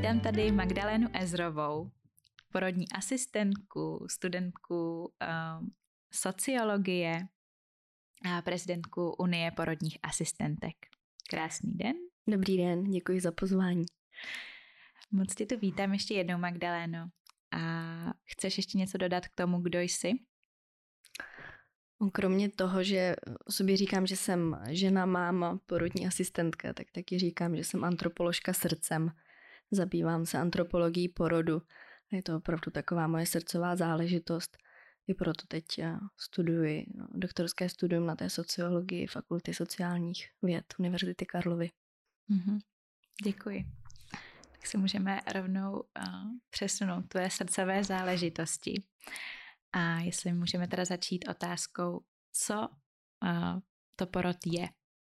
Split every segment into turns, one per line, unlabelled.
Vítám tady Magdalénu Ezrovou, porodní asistentku, studentku sociologie a prezidentku Unie porodních asistentek. Krásný den.
Dobrý den, děkuji za pozvání.
Moc tě tu vítám ještě jednou, Magdaléno. A chceš ještě něco dodat k tomu, kdo jsi?
Kromě toho, že o sobě říkám, že jsem žena, máma, porodní asistentka, tak taky říkám, že jsem antropoložka srdcem. Zabývám se antropologií porodu. Je to opravdu taková moje srdcová záležitost. I proto teď studuji doktorské studium na té sociologii Fakulty sociálních věd Univerzity Karlovy.
Děkuji. Tak si můžeme rovnou přesunout tvoje srdcové záležitosti. A jestli můžeme teda začít otázkou, co to porod je?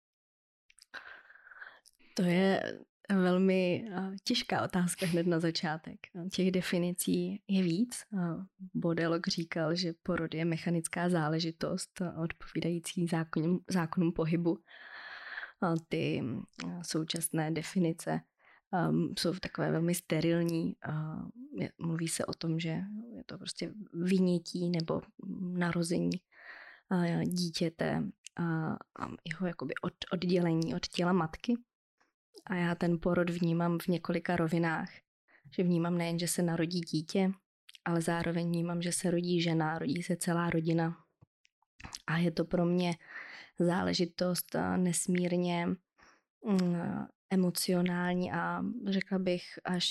To je velmi těžká otázka hned na začátek. Těch definicí je víc. Baudelaire říkal, že porod je mechanická záležitost odpovídající zákonům pohybu. Ty současné definice jsou takové velmi sterilní. Mluví se o tom, že je to prostě vynětí nebo narození dítěte a jeho jakoby oddělení od těla matky. A já ten porod vnímám v několika rovinách. Že vnímám nejen, že se narodí dítě, ale zároveň vnímám, že se rodí žena, rodí se celá rodina. A je to pro mě záležitost nesmírně emocionální a řekla bych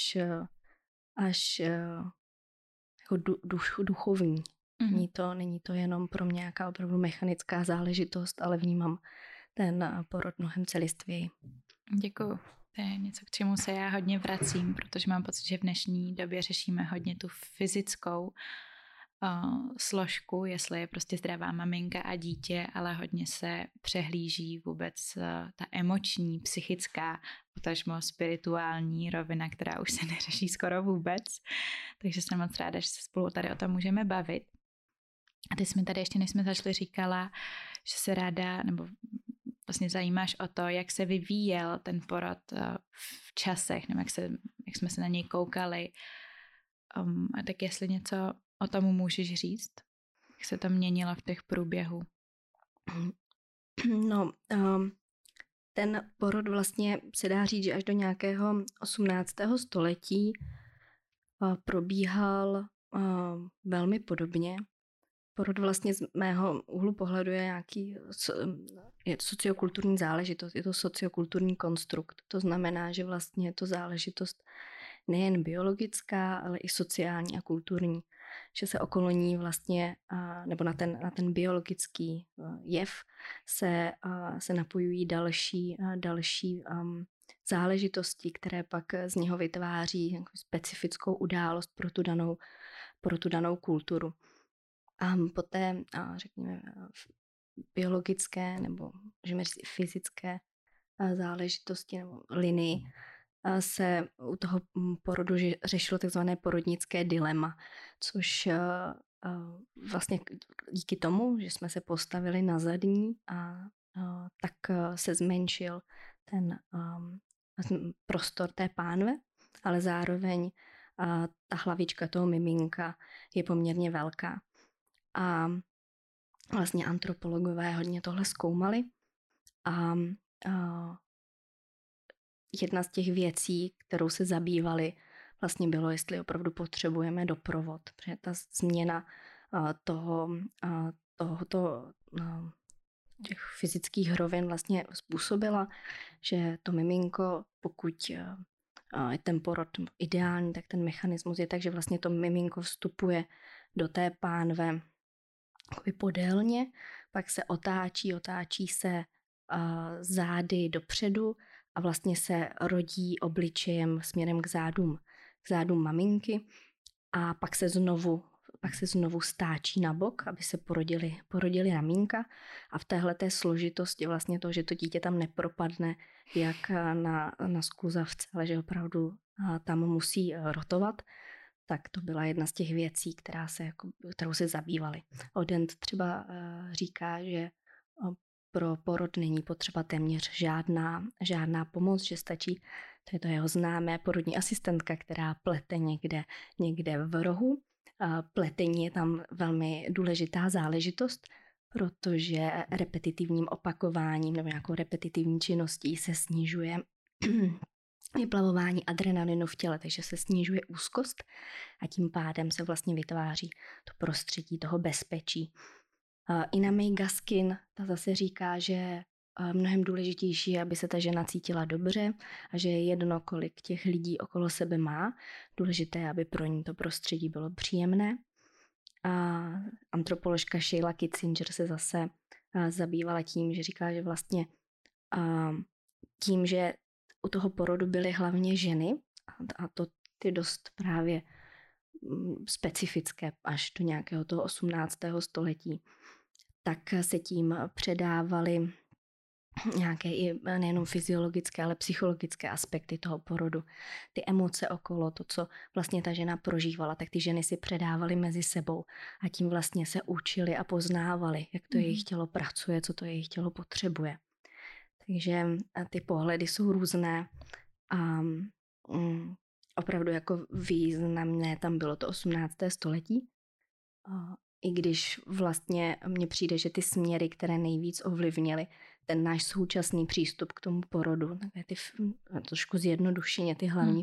až jako duchovní. Není to jenom pro mě nějaká opravdu mechanická záležitost, ale vnímám ten porod mnohem celistvěji.
Děkuju. To je něco, k čemu se já hodně vracím, protože mám pocit, že v dnešní době řešíme hodně tu fyzickou složku, jestli je prostě zdravá maminka a dítě, ale hodně se přehlíží vůbec ta emoční, psychická, potažmo spirituální rovina, která už se neřeší skoro vůbec. Takže jsem moc ráda, že se spolu tady o tom můžeme bavit. A ty jsi mi tady ještě, než jsme začali, říkala, že se ráda, nebo vlastně zajímáš o to, jak se vyvíjel ten porod v časech, nebo jak jsme se na něj koukali. A tak jestli něco o tom můžeš říct? Jak se to měnilo v těch průběhu?
No, ten porod vlastně se dá říct, že až do nějakého 18. století probíhal velmi podobně. Porod vlastně z mého úhlu pohledu je je sociokulturní záležitost, je to sociokulturní konstrukt. To znamená, že vlastně je to záležitost nejen biologická, ale i sociální a kulturní. Že se okolo ní vlastně, nebo na ten biologický jev se napojují další záležitosti, které pak z něho vytváří specifickou událost pro tu danou kulturu. A poté, řekněme, biologické nebo můžeme říct fyzické záležitosti nebo linii se u toho porodu řešilo takzvané porodnické dilema, což vlastně díky tomu, že jsme se postavili na zadní tak se zmenšil ten prostor té pánve, ale zároveň ta hlavička toho miminka je poměrně velká. A vlastně antropologové hodně tohle zkoumali a jedna z těch věcí, kterou se zabývali, vlastně bylo, jestli opravdu potřebujeme doprovod, protože ta změna těch fyzických rovin vlastně způsobila, že to miminko, pokud je ten porod ideální, tak ten mechanismus je tak, že vlastně to miminko vstupuje do té pánve podélně, pak se otáčí se zády dopředu a vlastně se rodí obličejem směrem k zádům maminky a pak se znovu stáčí na bok, aby se porodili ramínka a v téhleté složitosti vlastně to, že to dítě tam nepropadne jak na skluzavce, ale že opravdu tam musí rotovat, tak to byla jedna z těch věcí, kterou se zabývali. Odent třeba říká, že to je to jeho známé porodní asistentka, která plete někde v rohu. Pletení je tam velmi důležitá záležitost, protože repetitivním opakováním nebo nějakou repetitivní činností se snižuje vyplavování adrenalinu v těle, takže se snižuje úzkost a tím pádem se vlastně vytváří to prostředí toho bezpečí. Ina May Gaskin, ta zase říká, že mnohem důležitější je, aby se ta žena cítila dobře a že je jedno, kolik těch lidí okolo sebe má. Důležité je, aby pro ní to prostředí bylo příjemné. A antropoložka Sheila Kitzinger se zase zabývala tím, že říká, že vlastně tím, že u toho porodu byly hlavně ženy, a to ty dost právě specifické až do nějakého toho 18. století, tak se tím předávaly nějaké i nejenom fyziologické, ale psychologické aspekty toho porodu. Ty emoce okolo, to, co vlastně ta žena prožívala, tak ty ženy si předávaly mezi sebou a tím vlastně se učily a poznávaly, jak to jejich tělo pracuje, co to jejich tělo potřebuje. Takže ty pohledy jsou různé a opravdu jako významné tam bylo to 18. století. I když vlastně mně přijde, že ty směry, které nejvíc ovlivnily ten náš současný přístup k tomu porodu, ty trošku zjednodušeně ty hlavní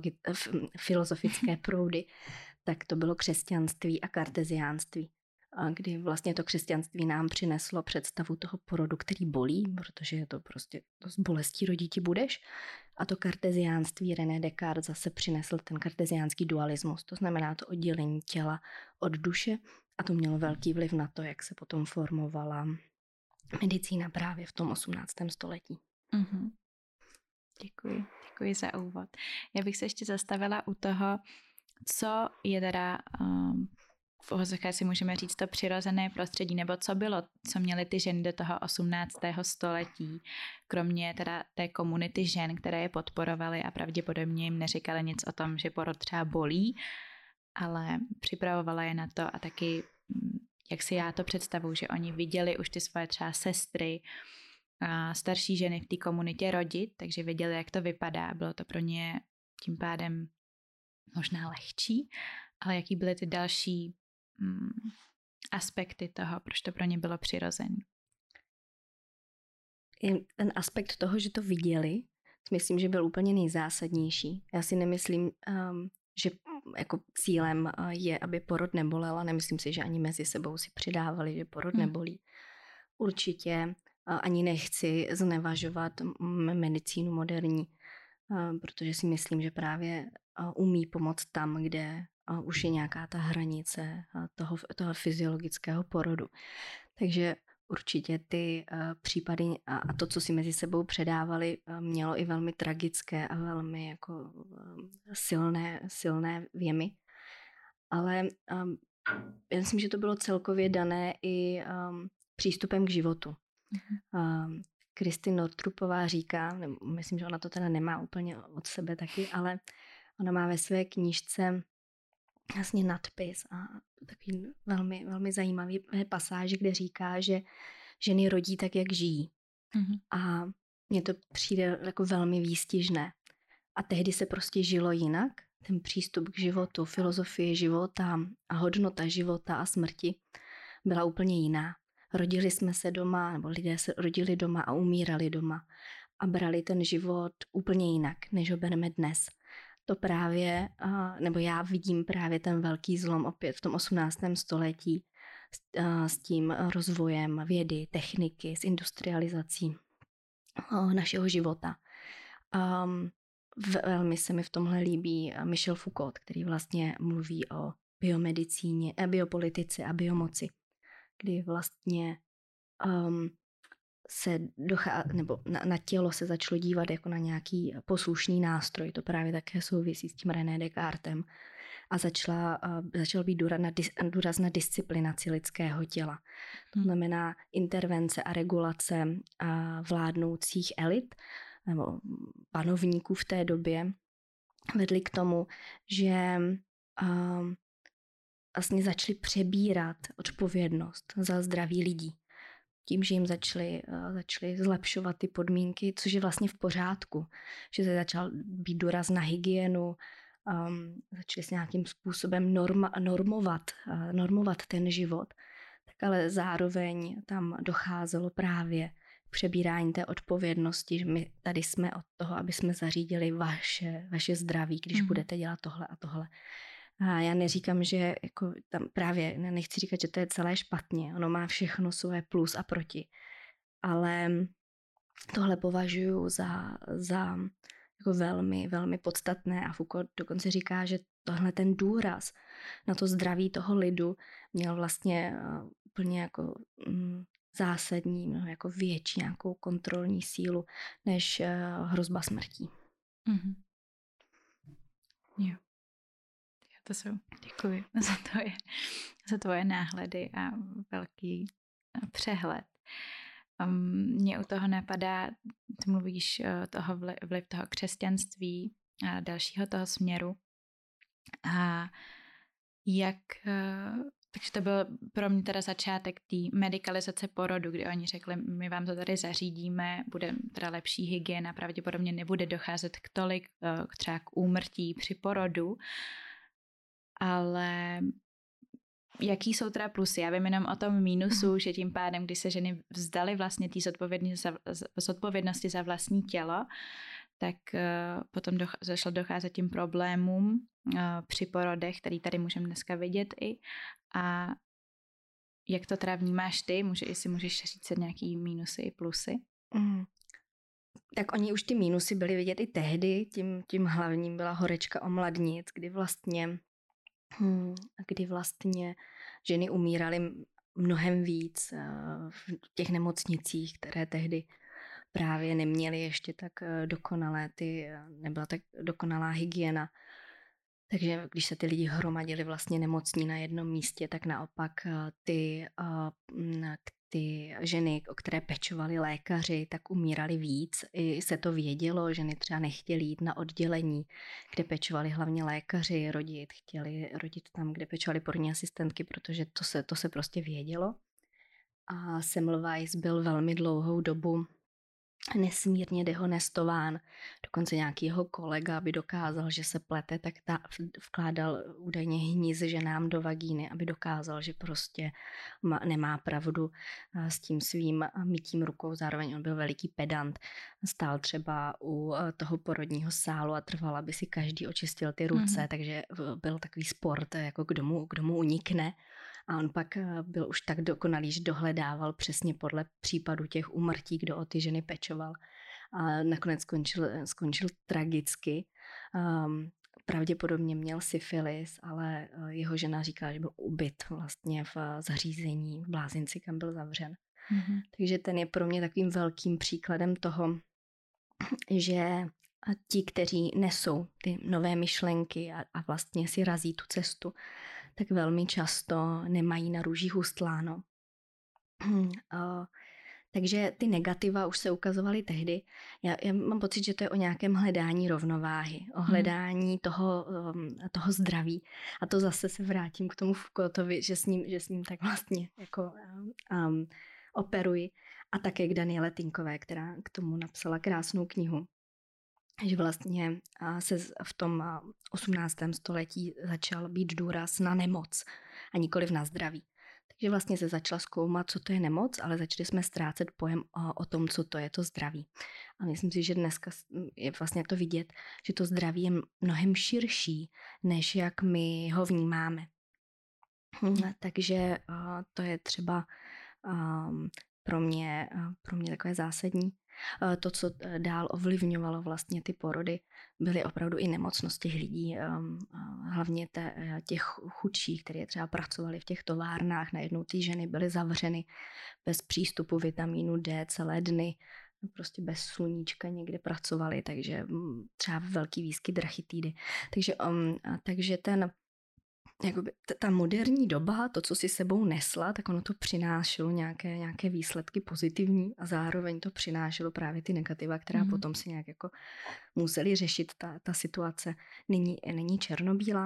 filozofické proudy, tak to bylo křesťanství a karteziánství. Kdy vlastně to křesťanství nám přineslo představu toho porodu, který bolí, protože je to prostě to z bolestí rodí ti budeš. A to karteziánství René Descartes zase přinesl ten karteziánský dualismus, to znamená to oddělení těla od duše a to mělo velký vliv na to, jak se potom formovala medicína právě v tom 18. století.
Mm-hmm. Děkuji za úvod. Já bych se ještě zastavila u toho, co je teda v uvozovkách si můžeme říct to přirozené prostředí, nebo co bylo, co měly ty ženy do toho 18. století, kromě teda té komunity žen, které je podporovaly a pravděpodobně jim neříkali nic o tom, že porod třeba bolí, ale připravovala je na to a taky, jak si já to představuji, že oni viděli už ty svoje třeba sestry, a starší ženy v té komunitě rodit, takže věděli, jak to vypadá. Bylo to pro ně tím pádem možná lehčí, ale jaký byly ty další aspekty toho, proč to pro ně bylo přirozený?
Ten aspekt toho, že to viděli, myslím, že byl úplně nejzásadnější. Já si nemyslím, že jako cílem je, aby porod nebolel, a nemyslím si, že ani mezi sebou si přidávali, že porod nebolí. Určitě ani nechci znevažovat medicínu moderní, protože si myslím, že právě umí pomoct tam, kde už je nějaká ta hranice toho fyziologického porodu. Takže určitě ty případy a to, co si mezi sebou předávali, mělo i velmi tragické a velmi jako silné věmy. Ale já myslím, že to bylo celkově dané i přístupem k životu. Kristin Northrupová říká, myslím, že ona to teda nemá úplně od sebe taky, ale ona má ve své knížce vlastně nadpis a takový velmi, velmi zajímavý pasáž, kde říká, že ženy rodí tak, jak žijí. A mně to přijde jako velmi výstižné. A tehdy se prostě žilo jinak. Ten přístup k životu, filozofie života a hodnota života a smrti byla úplně jiná. Rodili jsme se doma, nebo lidé se rodili doma a umírali doma a brali ten život úplně jinak, než ho bereme dnes. To právě, nebo já vidím právě ten velký zlom opět v tom 18. století s tím rozvojem vědy, techniky, s industrializací našeho života. Velmi se mi v tomhle líbí Michel Foucault, který vlastně mluví o biomedicíně, biopolitice a biomoci, kdy vlastně se nebo na tělo se začalo dívat jako na nějaký poslušný nástroj. To právě také souvisí s tím René Descartem. A začal být důraz na disciplinaci lidského těla. To znamená intervence a regulace vládnoucích elit nebo panovníků v té době vedly k tomu, že vlastně začali přebírat odpovědnost za zdraví lidí. tím, že jim začaly zlepšovat ty podmínky, což je vlastně v pořádku, že se začal být důraz na hygienu, začali se nějakým způsobem normovat ten život, tak ale zároveň tam docházelo právě k přebírání té odpovědnosti, že my tady jsme od toho, aby jsme zařídili vaše zdraví, když budete dělat tohle a tohle. A já neříkám, že jako tam právě, nechci říkat, že to je celé špatně, ono má všechno svoje plus a proti, ale tohle považuji za jako velmi, velmi podstatné a Foucault dokonce říká, že tohle ten důraz na to zdraví toho lidu měl vlastně úplně jako zásadní, jako větší nějakou kontrolní sílu než hrozba smrtí.
Mm-hmm. Jo. To jsou, děkuji za tvoje náhledy a velký přehled. Mně u toho napadá, ty mluvíš toho vliv toho křesťanství a dalšího toho směru. A takže to byl pro mě teda začátek té medikalizace porodu, kdy oni řekli, my vám to tady zařídíme, bude teda lepší hygiena, pravděpodobně nebude docházet k tolik, třeba k úmrtí při porodu, ale jaký jsou teda plusy? Já vím jenom o tom mínusu, že tím pádem, když se ženy vzdaly vlastně té zodpovědnosti za vlastní tělo, tak potom zašlo docházet tím problémům při porodech, který tady můžeme dneska vidět i. A jak to teda vnímáš ty? Jestli můžeš říct nějaký mínusy i plusy?
Tak oni už ty mínusy byly vidět i tehdy. Tím hlavním byla horečka omladnic, kdy vlastně ženy umíraly mnohem víc v těch nemocnicích, které tehdy právě neměly ještě tak nebyla tak dokonalá hygiena. Takže když se ty lidi hromadili vlastně nemocní na jednom místě, tak naopak ty ženy, o které pečovali lékaři, tak umírali víc. I se to vědělo, ženy třeba nechtěly jít na oddělení, kde pečovali hlavně lékaři, chtěli rodit tam, kde pečovali porodní asistentky, protože to se prostě vědělo. A Semmelweis byl velmi dlouhou dobu nesmírně dehonestován. Dokonce nějaký jeho kolega, aby dokázal, že se plete, tak vkládal údajně hníz ženám do vagíny, aby dokázal, že prostě nemá pravdu s tím svým mytím rukou. Zároveň on byl veliký pedant. Stál třeba u toho porodního sálu a trval, aby si každý očistil ty ruce, takže byl takový sport, jako kdo mu unikne. A on pak byl už tak dokonalý, že dohledával přesně podle případu těch úmrtí, kdo o ty ženy pečoval. A nakonec skončil tragicky. Pravděpodobně měl syfilis, ale jeho žena říkala, že byl ubyt vlastně v zařízení v Blázinci, kam byl zavřen. Takže ten je pro mě takovým velkým příkladem toho, že ti, kteří nesou ty nové myšlenky a vlastně si razí tu cestu, tak velmi často nemají na růžích ustláno. Takže ty negativa už se ukazovaly tehdy. Já mám pocit, že to je o nějakém hledání rovnováhy, o hledání toho zdraví. A to zase se vrátím k tomu Foucaultovi, že s ním tak vlastně jako operuji. A také k Daniele Tinkové, která k tomu napsala krásnou knihu. Že vlastně se v tom 18. století začal být důraz na nemoc a nikoliv na zdraví. Takže vlastně se začala zkoumat, co to je nemoc, ale začali jsme ztrácet pojem o tom, co to je to zdraví. A myslím si, že dneska je vlastně to vidět, že to zdraví je mnohem širší, než jak my ho vnímáme. Takže to je třeba pro mě takové zásadní. To, co dál ovlivňovalo vlastně ty porody, byly opravdu i nemocnost těch lidí, hlavně těch chudších, kteří třeba pracovali v těch továrnách. Najednou ty ženy byly zavřeny bez přístupu vitamínu D celé dny, prostě bez sluníčka někde pracovali, takže třeba velký výskyt rachitidy. Takže ta moderní doba, to, co si sebou nesla, tak ono to přinášelo nějaké výsledky pozitivní a zároveň to přinášelo právě ty negativa, která potom si nějak jako museli řešit. Ta situace není černobílá.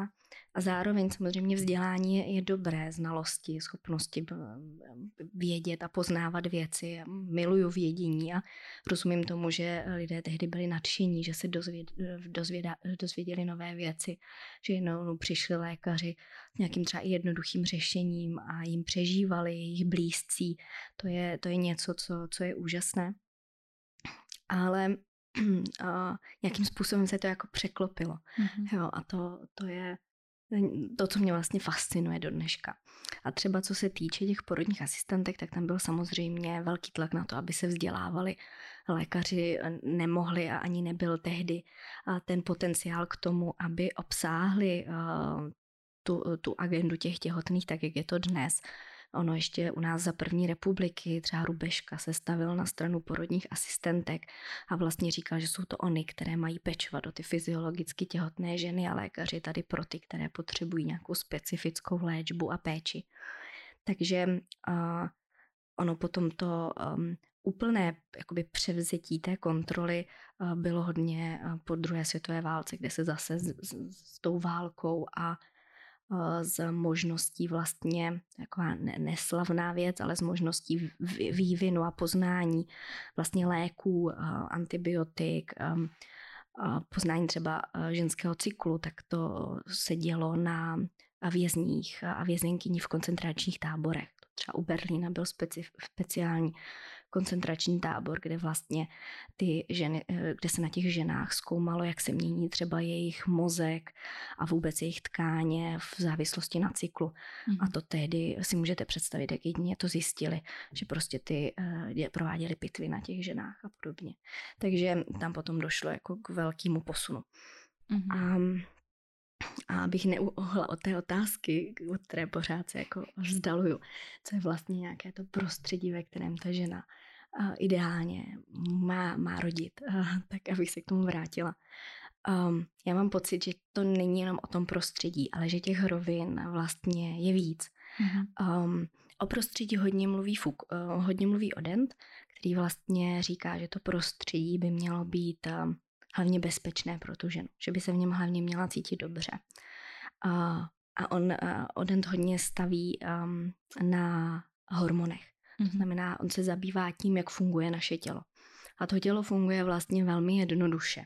A zároveň samozřejmě vzdělání je dobré, znalosti, schopnosti vědět a poznávat věci. Miluju vědění a rozumím tomu, že lidé tehdy byli nadšení, že se dozvěděli nové věci, že jednou přišli lékaři s nějakým třeba i jednoduchým řešením a jim přežívali jejich blízcí. To je něco, co je úžasné. Ale nějakým způsobem se to jako překlopilo. Jo, a to je to, co mě vlastně fascinuje do dneška. A třeba co se týče těch porodních asistentek, tak tam byl samozřejmě velký tlak na to, aby se vzdělávali. Lékaři nemohli a ani nebyl tehdy ten potenciál k tomu, aby obsáhli tu agendu těch těhotných, tak jak je to dnes. Ono ještě u nás za první republiky, třeba Rubeška se stavil na stranu porodních asistentek a vlastně říkal, že jsou to oni, které mají pečovat o ty fyziologicky těhotné ženy a lékaři tady pro ty, které potřebují nějakou specifickou léčbu a péči. Takže ono potom to úplné jakoby převzetí té kontroly bylo hodně po druhé světové válce, kde se zase s tou válkou a z možností vlastně, taková neslavná věc, ale z možností vývinu a poznání vlastně léků, antibiotik, poznání třeba ženského cyklu, tak to se dělo na vězních a vězenkyní v koncentračních táborech. Třeba u Berlína byl speciální koncentrační tábor, kde vlastně ty ženy, kde se na těch ženách zkoumalo, jak se mění třeba jejich mozek a vůbec jejich tkáně v závislosti na cyklu. A to tehdy si můžete představit, jak jedině to zjistili, že prostě ty prováděli pitvy na těch ženách a podobně. Takže tam potom došlo jako k velkému posunu. A abych neuhla od té otázky, od které pořád se jako vzdaluju, co je vlastně nějaké to prostředí, ve kterém ta žena ideálně má rodit, tak abych se k tomu vrátila. Já mám pocit, že to není jenom o tom prostředí, ale že těch rovin vlastně je víc. O prostředí hodně mluví Odent, který vlastně říká, že to prostředí by mělo být hlavně bezpečné pro tu ženu, že by se v něm hlavně měla cítit dobře. A Odent hodně staví na hormonech. To znamená, on se zabývá tím, jak funguje naše tělo. A to tělo funguje vlastně velmi jednoduše.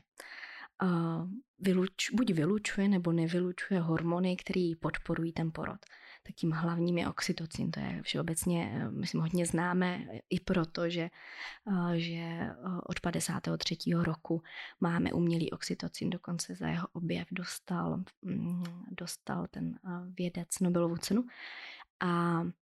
Buď vylučuje nebo nevylučuje hormony, které podporují ten porod. Tak tím hlavním je oxytocin. To je všeobecně, myslím, hodně známé i proto, že od 53. roku máme umělý oxytocin. Dokonce za jeho objev dostal ten vědec Nobelovu cenu. A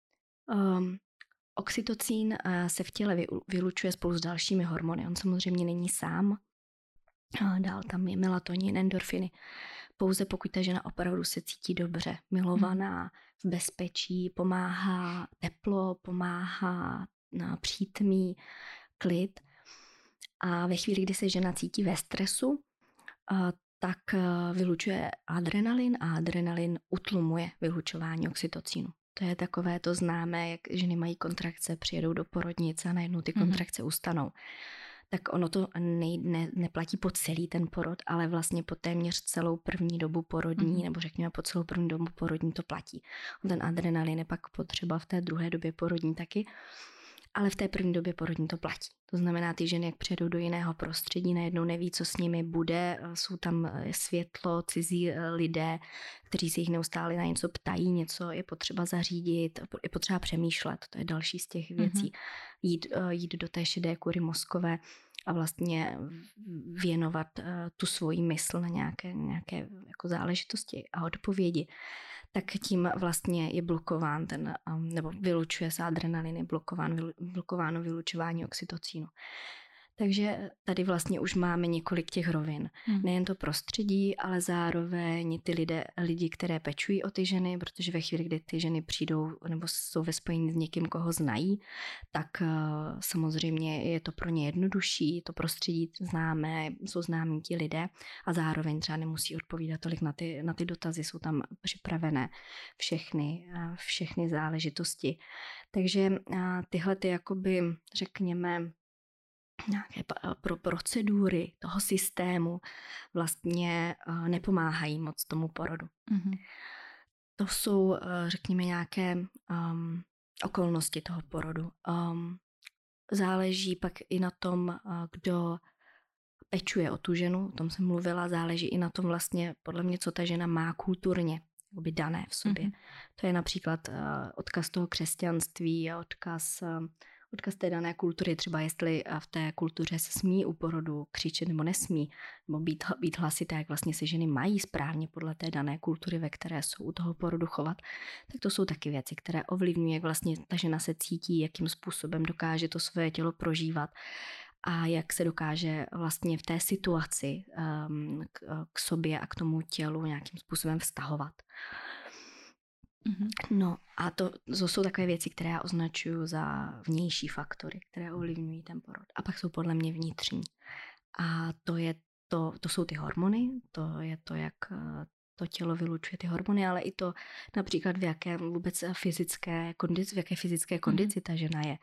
oxytocin se v těle vylučuje spolu s dalšími hormony. On samozřejmě není sám. Dál tam je melatonin, endorfiny. Pouze pokud ta žena opravdu se cítí dobře, milovaná, v bezpečí, pomáhá teplo, pomáhá přítmí, klid. A ve chvíli, kdy se žena cítí ve stresu, tak vylučuje adrenalin a adrenalin utlumuje vylučování oxytocínu. To je takové to známé, jak ženy mají kontrakce, přijedou do porodnice a najednou ty kontrakce ustanou. Tak ono to neplatí po celý ten porod, ale vlastně po téměř celou první dobu porodní, nebo řekněme po celou první dobu porodní to platí. Ten adrenalin je pak potřeba v té druhé době porodní taky, ale v té první době porodní to platí. To znamená, ty ženy, jak přijedou do jiného prostředí, najednou neví, co s nimi bude, jsou tam světlo, cizí lidé, kteří se jich neustále na něco ptají, něco je potřeba zařídit, je potřeba přemýšlet, to je další z těch věcí. Jít do té šedé kůry mozkové a vlastně věnovat tu svoji mysl na nějaké jako záležitosti a odpovědi. Tak tím vlastně je blokován nebo vylučuje se adrenalin, je blokováno vylučování oxytocínu. Takže tady vlastně už máme několik těch rovin. Nejen to prostředí, ale zároveň ty lidi, které pečují o ty ženy, protože ve chvíli, kdy ty ženy přijdou nebo jsou ve spojení s někým, koho znají, tak samozřejmě je to pro ně jednodušší, to prostředí známé, jsou známí ti lidé a zároveň třeba nemusí odpovídat tolik na ty dotazy, jsou tam připravené všechny záležitosti. Takže tyhle ty jakoby, řekněme, nějaké pro procedury toho systému vlastně nepomáhají moc tomu porodu. To jsou, řekněme, nějaké okolnosti toho porodu. Záleží pak i na tom, kdo pečuje o tu ženu, o tom jsem mluvila, záleží i na tom vlastně, podle mě, co ta žena má kulturně dané v sobě. To je například odkaz toho křesťanství a odkaz té dané kultury, třeba jestli v té kultuře se smí u porodu křičet nebo nesmí, nebo být hlasité, jak vlastně se ženy mají správně podle té dané kultury, ve které jsou u toho porodu chovat, tak to jsou taky věci, které ovlivňují, jak vlastně ta žena se cítí, jakým způsobem dokáže to svoje tělo prožívat a jak se dokáže vlastně v té situaci k sobě a k tomu tělu nějakým způsobem vztahovat. No a to jsou takové věci, které já označuju za vnější faktory, které ovlivňují ten porod. A pak jsou podle mě vnitřní. A to jsou ty hormony, to je to, jak to tělo vylučuje ty hormony, ale i to například v jaké vůbec fyzické kondici ta žena je.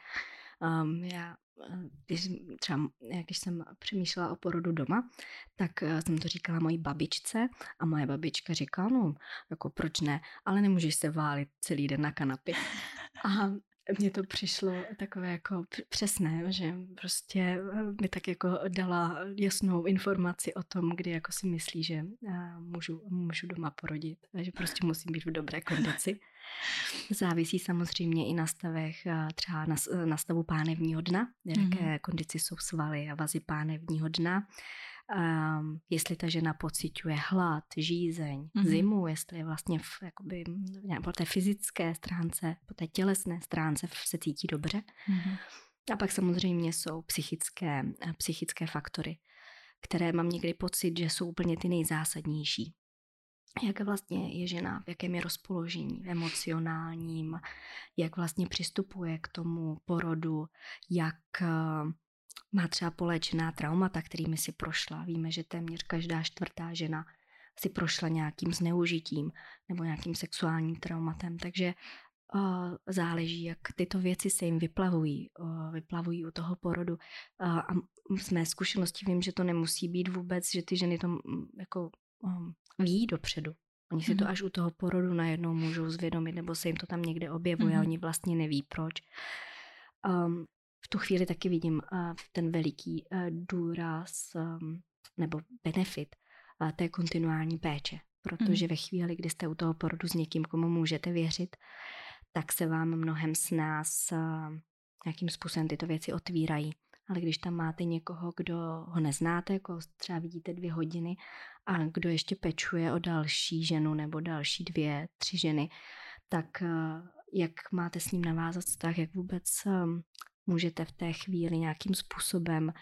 Když jsem přemýšlela o porodu doma, tak jsem to říkala mojí babičce a moje babička říkala, no, jako proč ne, ale nemůžeš se válit celý den na kanapě. A mně to přišlo takové jako přesné, že prostě mi tak jako dala jasnou informaci o tom, kdy jako si myslí, že můžu doma porodit, že prostě musím být v dobré kondici. Závisí samozřejmě i na stavech, třeba na stavu pánevního dna, jaké kondici jsou svaly a vazy pánevního dna. Jestli ta žena pociťuje hlad, žízeň, zimu, jestli je vlastně po té fyzické stránce, po té tělesné stránce se cítí dobře. A pak samozřejmě jsou psychické faktory, které mám někdy pocit, že jsou úplně ty nejzásadnější. Jak vlastně je žena, v jakém je rozpoložení emocionálním, jak vlastně přistupuje k tomu porodu, jak má třeba poléčená traumata, kterými si prošla. Víme, že téměř každá 4. žena si prošla nějakým zneužitím nebo nějakým sexuálním traumatem, takže záleží, jak tyto věci se jim vyplavují u toho porodu. A z mé zkušenosti vím, že to nemusí být vůbec, že ty ženy to jako ví dopředu. Oni si to až u toho porodu najednou můžou zvědomit, nebo se jim to tam někde objevuje a oni vlastně neví proč. V tu chvíli taky vidím ten veliký důraz nebo benefit té kontinuální péče, protože ve chvíli, kdy jste u toho porodu s někým, komu můžete věřit, tak se vám mnohem s nás nějakým způsobem tyto věci otvírají. Ale když tam máte někoho, kdo ho neznáte, jako třeba vidíte 2 hodiny a kdo ještě pečuje o další ženu nebo další 2, 3 ženy, tak jak máte s ním navázat vztah, jak vůbec můžete v té chvíli nějakým způsobem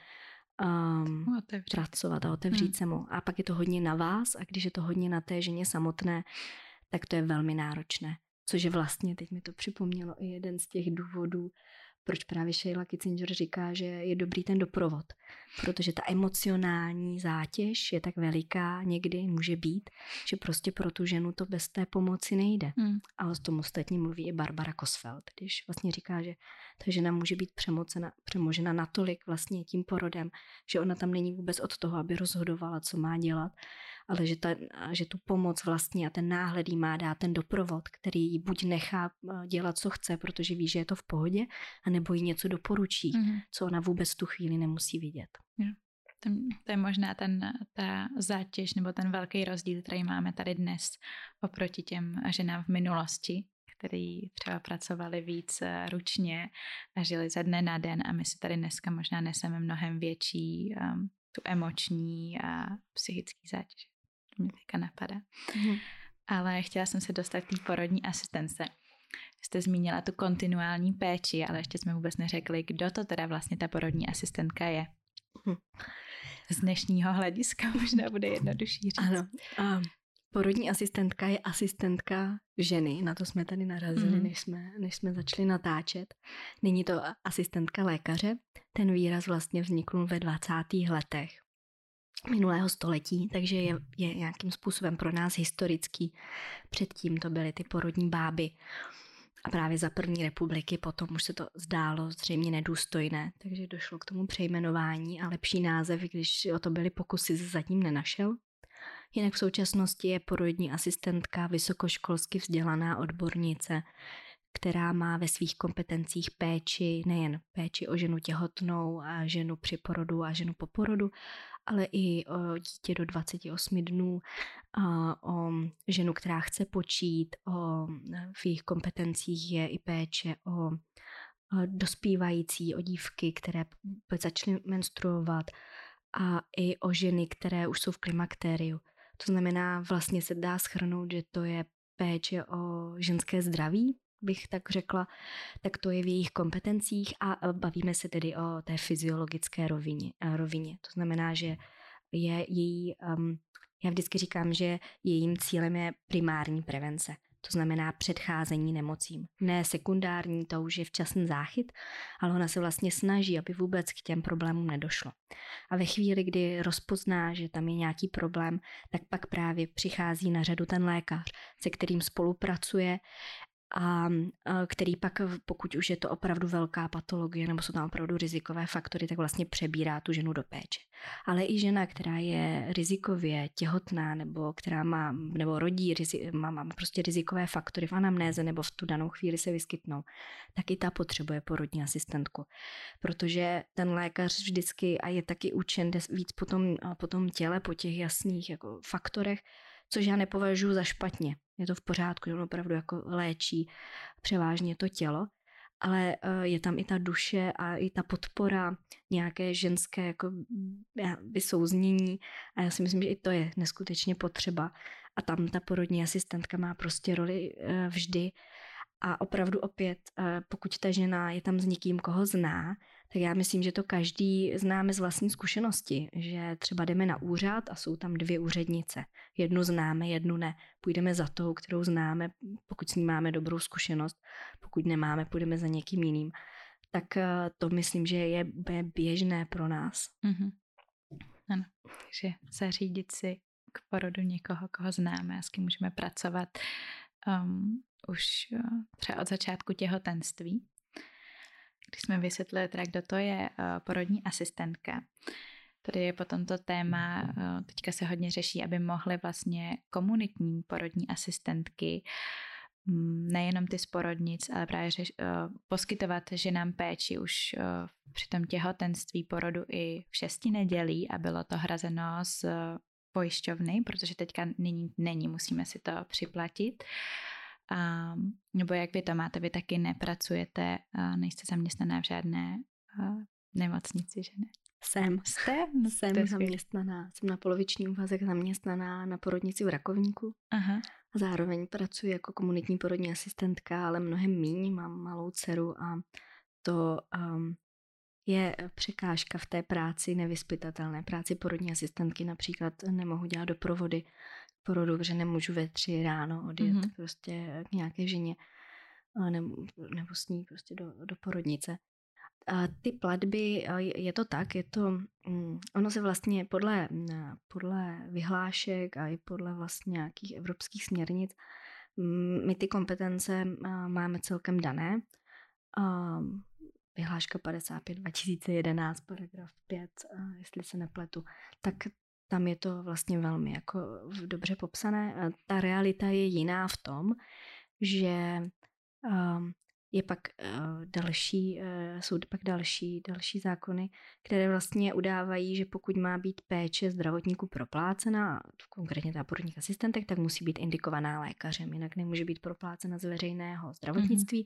pracovat a otevřít se mu. A pak je to hodně na vás a když je to hodně na té ženě samotné, tak to je velmi náročné. Což je vlastně, teď mi to připomnělo i jeden z těch důvodů, proč právě Sheila Kitzinger říká, že je dobrý ten doprovod. Protože ta emocionální zátěž je tak veliká, někdy může být, že prostě pro tu ženu to bez té pomoci nejde. A o tom ostatní mluví i Barbara Kosfeld, když vlastně říká, že ta žena může být přemožena natolik vlastně tím porodem, že ona tam není vůbec od toho, aby rozhodovala, co má dělat, ale že tu pomoc vlastně a ten náhled jí má dát ten doprovod, který jí buď nechá dělat, co chce, protože ví, že je to v pohodě, anebo jí něco doporučí, co ona vůbec tu chvíli nemusí vidět.
To je možná ta zátěž nebo ten velký rozdíl, který máme tady dnes oproti těm ženám v minulosti, který třeba pracovali víc ručně a žili ze dne na den a my si tady dneska možná neseme mnohem větší tu emoční a psychický zátěž. To mě teďka napadá. Ale chtěla jsem se dostat k té porodní asistence. Jste zmínila tu kontinuální péči, ale ještě jsme vůbec neřekli, kdo to teda vlastně ta porodní asistentka je. Z dnešního hlediska možná bude jednodušší říct.
Ano. Porodní asistentka je asistentka ženy, na to jsme tady narazili, než jsme začali natáčet. Není to asistentka lékaře, ten výraz vlastně vznikl ve 20. letech minulého století, takže je nějakým způsobem pro nás historický. Předtím to byly ty porodní báby. A právě za první republiky potom už se to zdálo zřejmě nedůstojné, takže došlo k tomu přejmenování a lepší název, když o to byly pokusy, se zatím nenašel. Jinak v současnosti je porodní asistentka vysokoškolsky vzdělaná odbornice, která má ve svých kompetencích péči, nejen péči o ženu těhotnou a ženu při porodu a ženu po porodu, ale i o dítě do 28 dnů, o ženu, která chce počít, v jejich kompetencích je i péče o dospívající, o dívky, které začaly menstruovat a i o ženy, které už jsou v klimakteriu. To znamená, vlastně se dá shrnout, že to je péče o ženské zdraví, bych tak řekla, tak to je v jejich kompetencích a bavíme se tedy o té fyziologické rovině. To znamená, že je její, já vždycky říkám, že jejím cílem je primární prevence. To znamená předcházení nemocím. Ne sekundární, to už je včasný záchyt, ale ona se vlastně snaží, aby vůbec k těm problémům nedošlo. A ve chvíli, kdy rozpozná, že tam je nějaký problém, tak pak právě přichází na řadu ten lékař, se kterým spolupracuje a který pak, pokud už je to opravdu velká patologie nebo jsou tam opravdu rizikové faktory, tak vlastně přebírá tu ženu do péče. Ale i žena, která je rizikově těhotná nebo která nebo rodí, má prostě rizikové faktory v anamnéze nebo v tu danou chvíli se vyskytnou, tak i ta potřebuje porodní asistentku. Protože ten lékař vždycky, a je taky učen víc po tom těle, po těch jasných jako faktorech, což já nepovažuji za špatně. Je to v pořádku, že on opravdu jako léčí převážně to tělo, ale je tam i ta duše a i ta podpora, nějaké ženské jako vysouznění a já si myslím, že i to je neskutečně potřeba. A tam ta porodní asistentka má prostě roli vždy. A opravdu opět, pokud ta žena je tam s někým, koho zná, tak já myslím, že to každý známe z vlastní zkušenosti, že třeba jdeme na úřad a jsou tam 2 úřednice. Jednu známe, jednu ne. Půjdeme za tou, kterou známe, pokud s ní máme dobrou zkušenost. Pokud nemáme, půjdeme za někým jiným. Tak to myslím, že je běžné pro nás.
Mm-hmm. Ano, takže zařídit si k porodu někoho, koho známe a s kým můžeme pracovat už třeba od začátku těhotenství. Když jsme vysvětlili, teda, kdo to je porodní asistentka, tady je potom to téma, teďka se hodně řeší, aby mohly vlastně komunitní porodní asistentky, nejenom ty z porodnic, ale právě poskytovat ženám péči už při tom těhotenství, porodu i v 6 nedělí a bylo to hrazeno z pojišťovny, protože teďka není, musíme si to připlatit. Nebo jak vy to máte, vy taky nepracujete, nejste zaměstnaná v žádné nemocnici, že ne?
Jsem zaměstnaná, jsem na poloviční úvazek zaměstnaná na porodnici v Rakovníku.
Aha.
A zároveň pracuji jako komunitní porodní asistentka, ale mnohem míň, mám malou dceru a to je překážka v té práci nevyzpytatelné. Práci porodní asistentky například nemohu dělat doprovody porodu, protože nemůžu ve 3 ráno odjet prostě k nějaké ženě nebo s ní prostě do porodnice. A ty platby, je to tak, ono se vlastně podle vyhlášek a i podle vlastně nějakých evropských směrnic my ty kompetence máme celkem dané. Vyhláška 55 2011, paragraf 5, jestli se nepletu, tak tam je to vlastně velmi jako dobře popsané. Ta realita je jiná v tom, že je pak jsou pak další zákony, které vlastně udávají, že pokud má být péče zdravotníků proplácena, konkrétně ta porodních asistentek, tak musí být indikovaná lékařem, jinak nemůže být proplácena z veřejného zdravotnictví.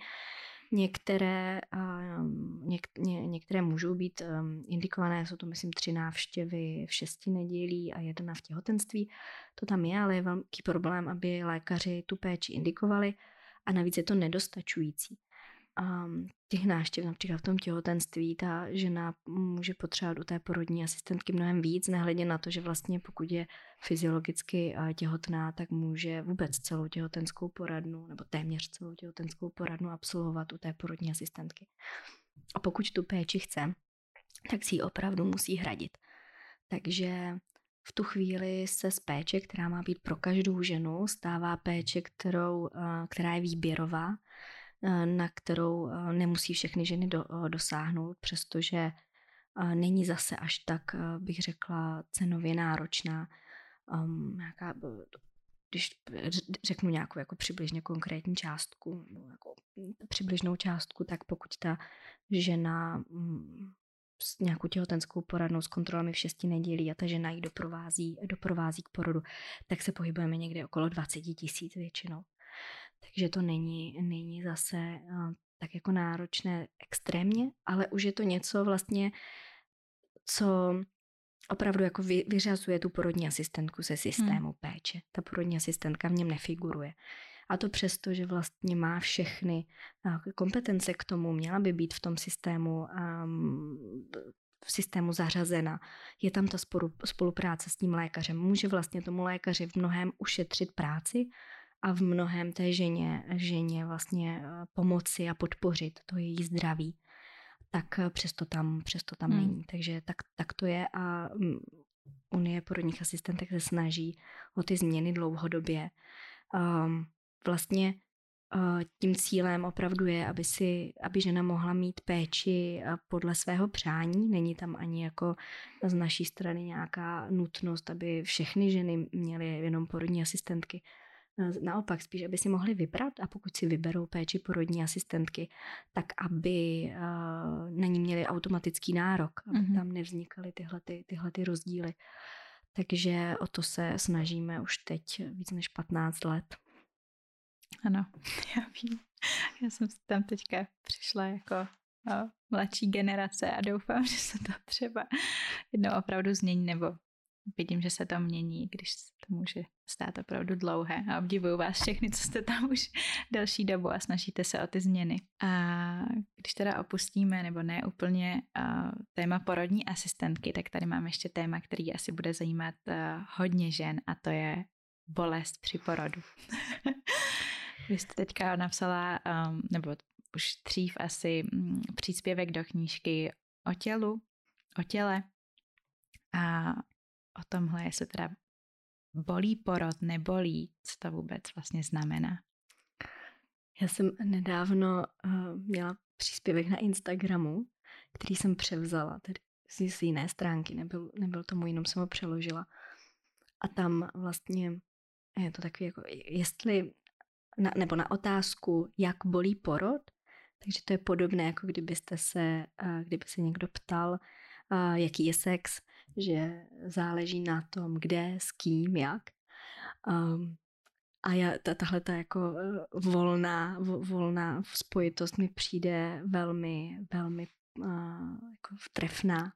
Některé můžou být indikované, jsou to myslím 3 návštěvy v 6 nedělí a 1 v těhotenství. To tam je, ale je velký problém, aby lékaři tu péči indikovali a navíc je to nedostačující. Těch návštěv například v tom těhotenství ta žena může potřebovat u té porodní asistentky mnohem víc, nehledě na to, že vlastně pokud je fyziologicky těhotná, tak může vůbec celou těhotenskou poradnu nebo téměř celou těhotenskou poradnu absolvovat u té porodní asistentky. A pokud tu péči chce, tak si ji opravdu musí hradit. Takže v tu chvíli se z péče, která má být pro každou ženu, stává péče, která je výběrová. na kterou nemusí všechny ženy dosáhnout, přestože není zase až tak, bych řekla, cenově náročná. Když řeknu nějakou jako přibližně konkrétní částku, jako přibližnou částku, tak pokud ta žena s nějakou těhotenskou poradnou s kontrolami v 6 nedělí a ta žena ji doprovází k porodu, tak se pohybujeme někde okolo 20 000 většinou. Takže to není zase tak jako náročné extrémně, ale už je to něco vlastně, co opravdu jako vyřazuje tu porodní asistentku ze systému péče. Ta porodní asistentka v něm nefiguruje. A to přesto, že vlastně má všechny kompetence k tomu, měla by být v tom systému zařazena. Je tam ta spolupráce s tím lékařem. Může vlastně tomu lékaři v mnohém ušetřit práci a v mnohém té ženě vlastně pomoci a podpořit to její zdraví. Tak přesto tam není. Takže tak to je a Unie porodních asistentek se snaží o ty změny dlouhodobě. Vlastně tím cílem opravdu je, aby žena mohla mít péči podle svého přání. Není tam ani jako z naší strany nějaká nutnost, aby všechny ženy měly jenom porodní asistentky. Naopak spíš, aby si mohli vybrat a pokud si vyberou péči porodní asistentky, tak aby na ní měli automatický nárok, aby tam nevznikaly tyhle rozdíly. Takže o to se snažíme už teď víc než 15 let.
Ano, já vím. Já jsem si tam teďka přišla jako mladší generace a doufám, že se to třeba jednou opravdu změní, nebo vidím, že se to mění, když to může stát opravdu dlouhé. A obdivuju vás všechny, co jste tam už delší dobu a snažíte se o ty změny. A když teda opustíme, nebo ne úplně téma porodní asistentky, tak tady mám ještě téma, který asi bude zajímat hodně žen a to je bolest při porodu. Vy jste teďka napsala, nebo už dřív asi příspěvek do knížky o těle a o tomhle, jestli teda bolí porod, nebolí, co to vůbec vlastně znamená.
Já jsem nedávno měla příspěvek na Instagramu, který jsem převzala, tedy z jiné stránky, nebyl to můj, jenom jsem ho přeložila. A tam vlastně je to takový jako, jestli, nebo na otázku, jak bolí porod, takže to je podobné, jako kdyby se někdo ptal, jaký je sex, že záleží na tom, kde, s kým, jak. A tahle ta jako volná spojitost mi přijde velmi, velmi jako trefná.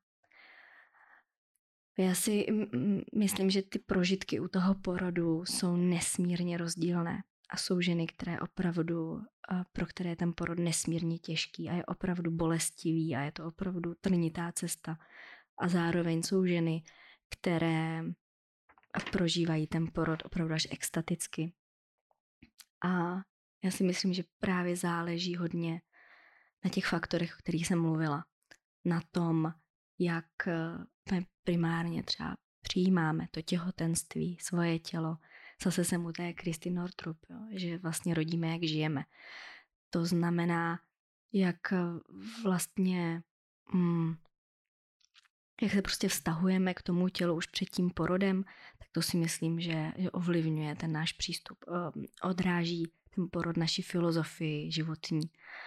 Já si myslím, že ty prožitky u toho porodu jsou nesmírně rozdílné. A jsou ženy, pro které je ten porod nesmírně těžký a je opravdu bolestivý a je to opravdu trnitá cesta. A zároveň jsou ženy, které prožívají ten porod opravdu až extaticky. A já si myslím, že právě záleží hodně na těch faktorech, o kterých jsem mluvila. Na tom, jak primárně třeba přijímáme to těhotenství, svoje tělo. Zase jsem u té Kristy Northrup, že vlastně rodíme, jak žijeme. To znamená, jak vlastně jak se prostě vztahujeme k tomu tělu už před tím porodem, tak to si myslím, že ovlivňuje ten náš přístup. Odráží ten porod naši filozofii životní.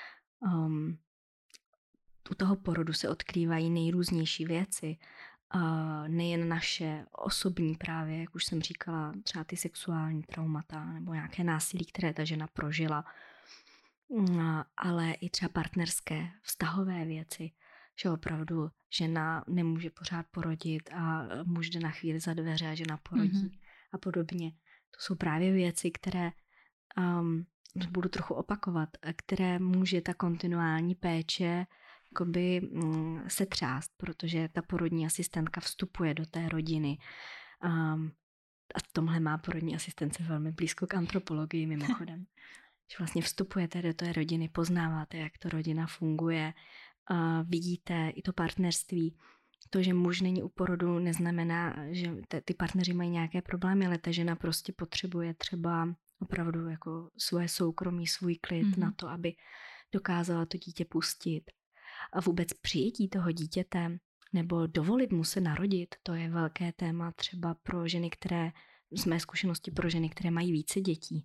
U toho porodu se odkrývají nejrůznější věci, nejen naše osobní právě, jak už jsem říkala, třeba ty sexuální traumata nebo nějaké násilí, které ta žena prožila, ale i třeba partnerské, vztahové věci, že opravdu žena nemůže pořád porodit a muž jde na chvíli za dveře a žena porodí a podobně. To jsou právě věci, které budu trochu opakovat, které může ta kontinuální péče jakoby se třást, protože ta porodní asistentka vstupuje do té rodiny. A v tomhle má porodní asistence velmi blízko k antropologii mimochodem. Že vlastně vstupujete do té rodiny, poznáváte, jak ta rodina funguje, vidíte i to partnerství. To, že muž není u porodu, neznamená, že ty partneři mají nějaké problémy, ale ta žena prostě potřebuje třeba opravdu jako svoje soukromí, svůj klid na to, aby dokázala to dítě pustit. A vůbec přijetí toho dítěte nebo dovolit mu se narodit, to je velké téma třeba pro ženy, které, z mé zkušenosti pro ženy, které mají více dětí.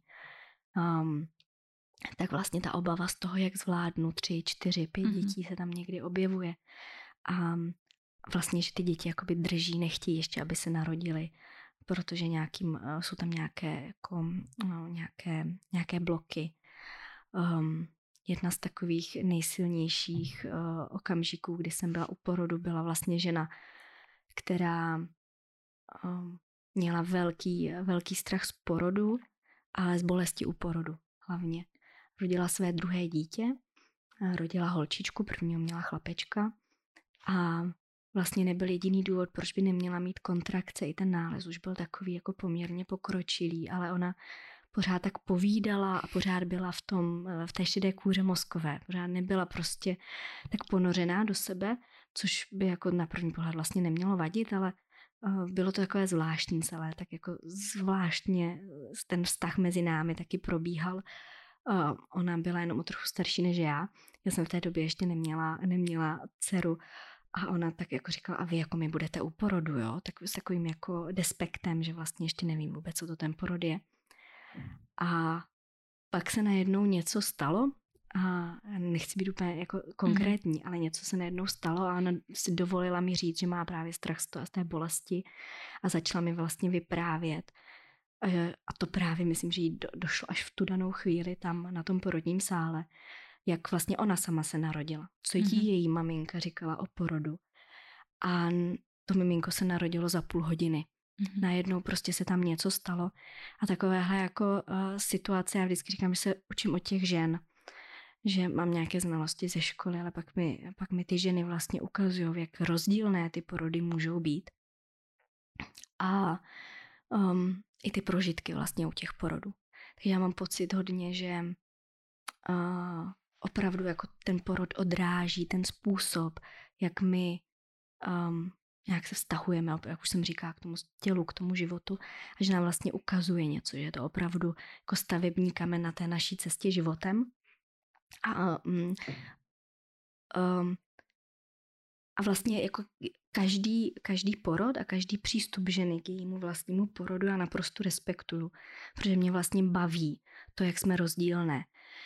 Tak vlastně ta obava z toho, jak zvládnu 3, 4, 5 dětí se tam někdy objevuje. A vlastně, že ty děti jakoby drží, nechtějí ještě, aby se narodily, protože jsou tam nějaké bloky. Jedna z takových nejsilnějších okamžiků, kdy jsem byla u porodu, byla vlastně žena, která měla velký strach z porodu, ale z bolesti u porodu hlavně. Rodila své druhé dítě, rodila holčičku, prvního měla chlapečka a vlastně nebyl jediný důvod, proč by neměla mít kontrakce. I ten nález už byl takový jako poměrně pokročilý, ale ona pořád tak povídala a pořád byla v té šedé kůře mozkové. Pořád nebyla prostě tak ponořená do sebe, což by jako na první pohled vlastně nemělo vadit, ale bylo to takové zvláštní celé, tak jako zvláštně ten vztah mezi námi taky probíhal. Ona byla jenom o trochu starší než já. Já jsem v té době ještě neměla dceru a ona tak jako říkala, a vy jako mi budete u porodu, jo? Tak s takovým jako despektem, že vlastně ještě nevím vůbec, co to ten porod je. A pak se najednou něco stalo a nechci být úplně jako konkrétní, ale něco se najednou stalo a ona si dovolila mi říct, že má právě strach z té bolesti a začala mi vlastně vyprávět. A to právě myslím, že jí došlo až v tu danou chvíli tam na tom porodním sále, jak vlastně ona sama se narodila. Co jí její maminka říkala o porodu. A to miminko se narodilo za půl hodiny. Najednou prostě se tam něco stalo. A takovéhle jako situace, já vždycky říkám, že se učím od těch žen, že mám nějaké znalosti ze školy, ale pak mi ty ženy vlastně ukazují, jak rozdílné ty porody můžou být. A i ty prožitky vlastně u těch porodů. Takže já mám pocit hodně, že opravdu jako ten porod odráží ten způsob, jak my jak se vztahujeme, jak už jsem říkala, k tomu tělu, k tomu životu, a že nám vlastně ukazuje něco, že je to opravdu jako stavební kamen na té naší cestě životem. A vlastně jako každý porod a každý přístup ženy k jejímu vlastnímu porodu já naprosto respektuju, protože mě vlastně baví to, jak jsme rozdílné.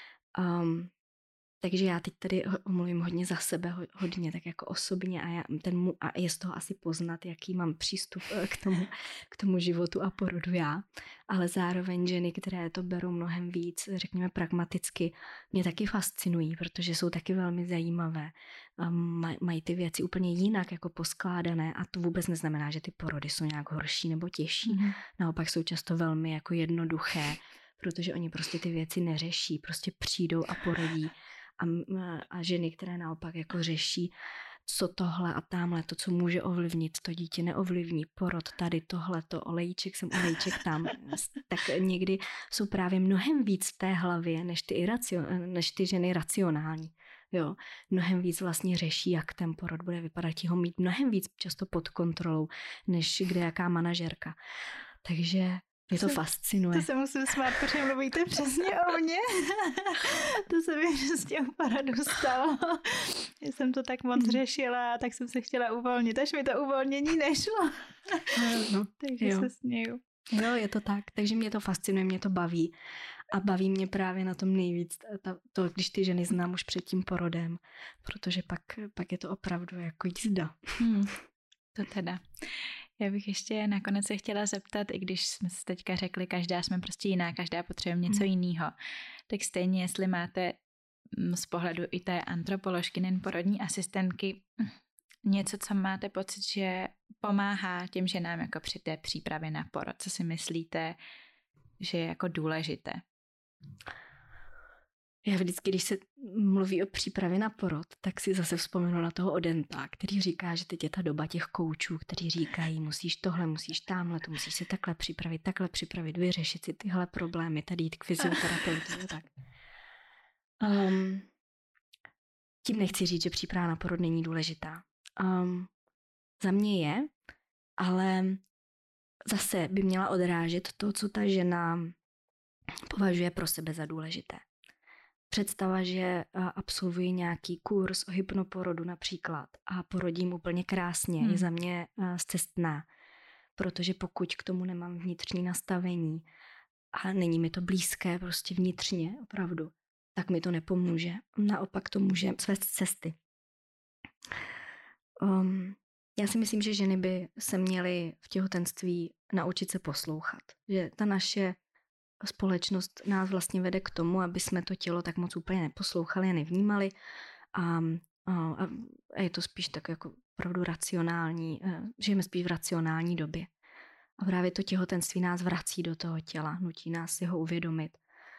Takže já teď tady mluvím hodně za sebe, hodně tak jako osobně a je z toho asi poznat, jaký mám přístup k tomu životu a porodu já. Ale zároveň ženy, které to berou mnohem víc, řekněme pragmaticky, mě taky fascinují, protože jsou taky velmi zajímavé. Mají ty věci úplně jinak jako poskládané a to vůbec neznamená, že ty porody jsou nějak horší nebo těžší. Naopak jsou často velmi jako jednoduché, protože oni prostě ty věci neřeší, prostě přijdou a porodí. A ženy, které naopak jako řeší, co tohle a tamhle, to, co může ovlivnit, to dítě neovlivní, porod tady, tohleto, olejček sem, olejček tam, tak někdy jsou právě mnohem víc v té hlavě, než ty ženy racionální. Jo, mnohem víc vlastně řeší, jak ten porod bude vypadat, ho mít mnohem víc často pod kontrolou, než kdejaká manažerka. Takže mě to fascinuje.
To se musím smát, protože mluvíte přesně o mně. To se mi přesně u porodu stalo. Já jsem to tak moc řešila, tak jsem se chtěla uvolnit, až mi to uvolnění nešlo. Takže se směju.
Jo, je to tak. Takže mě to fascinuje, mě to baví. A baví mě právě na tom nejvíc to, když ty ženy znám už před tím porodem, protože pak je to opravdu jako jízda.
To teda. Já bych ještě nakonec se chtěla zeptat, i když jsme se teďka řekli, každá jsme prostě jiná, každá potřebuje něco jiného, tak stejně, jestli máte z pohledu i té antropoložky, nejen porodní asistentky, něco, co máte pocit, že pomáhá těm ženám jako při té přípravě na porod. Co si myslíte, že je jako důležité?
Já vždycky, když se mluví o přípravě na porod, tak si zase vzpomenu na toho Odenta, který říká, že teď je ta doba těch koučů, kteří říkají, musíš tohle, musíš tamhle, to musíš se takhle připravit, vyřešit si tyhle problémy, tady jít k fyzioterapeutu. Tak. Tím nechci říct, že příprava na porod není důležitá. Za mě je, ale zase by měla odrážet to, co ta žena považuje pro sebe za důležité. Představa, že absolvuji nějaký kurz o hypnoporodu například a porodím úplně krásně, je za mě scestná, protože pokud k tomu nemám vnitřní nastavení a není mi to blízké prostě vnitřně opravdu, tak mi to nepomůže. Naopak to může svést z cesty. Já si myslím, že ženy by se měly v těhotenství naučit se poslouchat. Že ta naše společnost nás vlastně vede k tomu, aby jsme to tělo tak moc úplně neposlouchali a nevnímali. A je to spíš tak jako opravdu racionální, žijeme spíš v racionální době. A právě to těhotenství nás vrací do toho těla, nutí nás si ho uvědomit.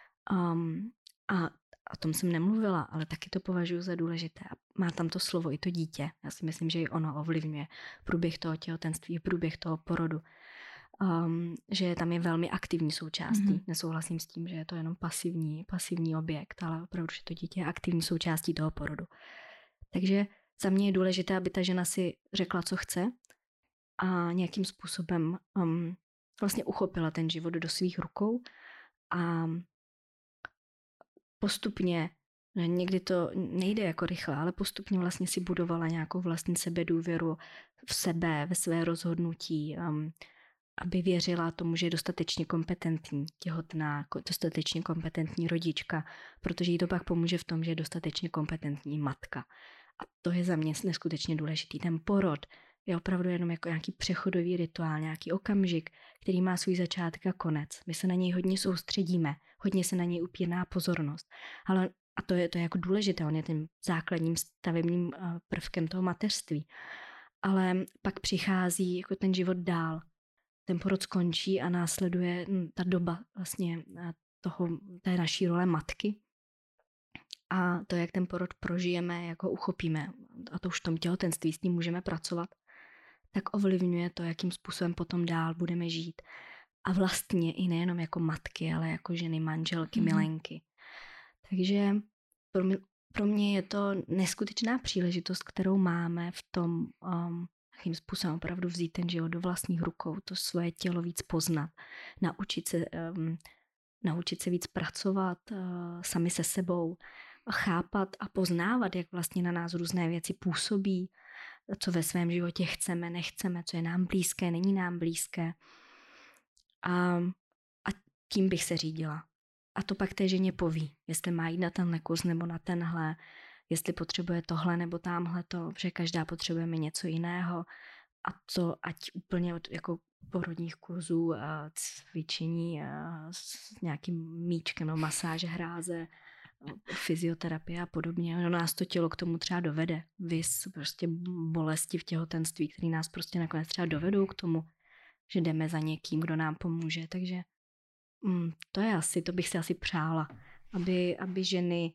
A o tom jsem nemluvila, ale taky to považuji za důležité. A má tam to slovo i to dítě. Já si myslím, že i ono ovlivňuje průběh toho těhotenství, průběh toho porodu. Že tam je velmi aktivní součástí. Nesouhlasím s tím, že je to jenom pasivní objekt, ale opravdu, že to dítě je aktivní součástí toho porodu. Takže za mě je důležité, aby ta žena si řekla, co chce a nějakým způsobem vlastně uchopila ten život do svých rukou a postupně, někdy to nejde jako rychle, ale postupně vlastně si budovala nějakou vlastní sebedůvěru v sebe, ve své rozhodnutí, aby věřila tomu, že je dostatečně kompetentní těhotná, dostatečně kompetentní rodička, protože jí to pak pomůže v tom, že je dostatečně kompetentní matka. A to je za mě neskutečně důležitý. Ten porod je opravdu jenom jako nějaký přechodový rituál, nějaký okamžik, který má svůj začátek a konec. My se na něj hodně soustředíme, hodně se na něj upírá pozornost. Ale, a to je jako důležité, on je tím základním stavebním prvkem toho mateřství. Ale pak přichází jako ten život dál. Ten porod skončí a následuje ta doba vlastně té naší role matky. A to, jak ten porod prožijeme, jak ho uchopíme, a to už v tom těhotenství s tím můžeme pracovat, tak ovlivňuje to, jakým způsobem potom dál budeme žít. A vlastně i nejenom jako matky, ale jako ženy, manželky, milenky. Takže pro mě je to neskutečná příležitost, kterou máme v tom, jakým způsobem opravdu vzít ten život do vlastních rukou, to svoje tělo víc poznat, naučit se víc pracovat sami se sebou, chápat a poznávat, jak vlastně na nás různé věci působí, co ve svém životě chceme, nechceme, co je nám blízké, není nám blízké. A tím bych se řídila. A to pak té ženě poví, jestli má jít na tenhle kurz nebo na tenhle, jestli potřebuje tohle nebo tamhleto, že každá potřebujeme něco jiného. A to ať úplně od jako porodních kurzů a cvičení a s nějakým míčkem, no, masáže, hráze, fyzioterapie a podobně. No, nás to tělo k tomu třeba dovede. Vys prostě bolesti v těhotenství, které nás prostě nakonec třeba dovedou k tomu, že jdeme za někým, kdo nám pomůže. Takže to bych si asi přála, aby ženy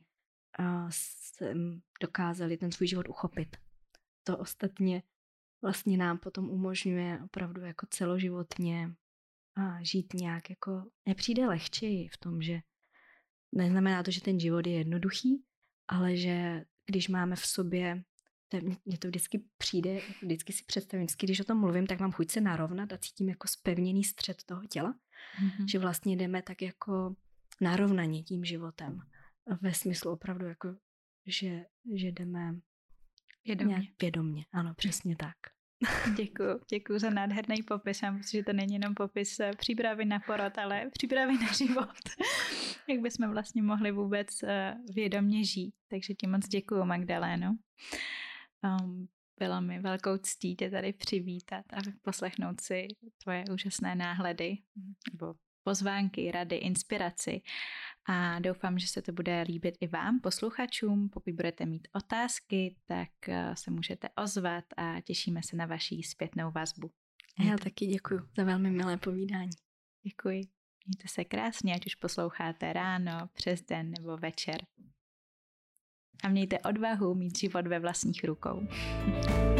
dokázaly ten svůj život uchopit. To ostatně vlastně nám potom umožňuje opravdu jako celoživotně žít nějak jako, nepřijde lehčeji v tom, že neznamená to, že ten život je jednoduchý, ale že když máme v sobě, mně to vždycky přijde, vždycky si představím, když o tom mluvím, tak mám chuť se narovnat a cítím jako zpevněný střed toho těla, že vlastně jdeme tak jako narovnaně tím životem. Ve smyslu opravdu jako, že jdeme vědomně. Ano, přesně tak.
Děkuju za nádherný popis. Já myslím, že to není jenom popis přípravy na porod, ale přípravy na život. Jak bychom vlastně mohli vůbec vědomě žít. Takže ti moc děkuju, Magdaléno. Bylo mi velkou ctí tě tady přivítat a poslechnout si tvoje úžasné náhledy nebo pozvánky, rady, inspiraci. A doufám, že se to bude líbit i vám, posluchačům. Pokud budete mít otázky, tak se můžete ozvat a těšíme se na vaši zpětnou vazbu.
Já taky děkuji za velmi milé povídání.
Děkuji. Mějte se krásně, ať už posloucháte ráno, přes den nebo večer. A mějte odvahu mít život ve vlastních rukou.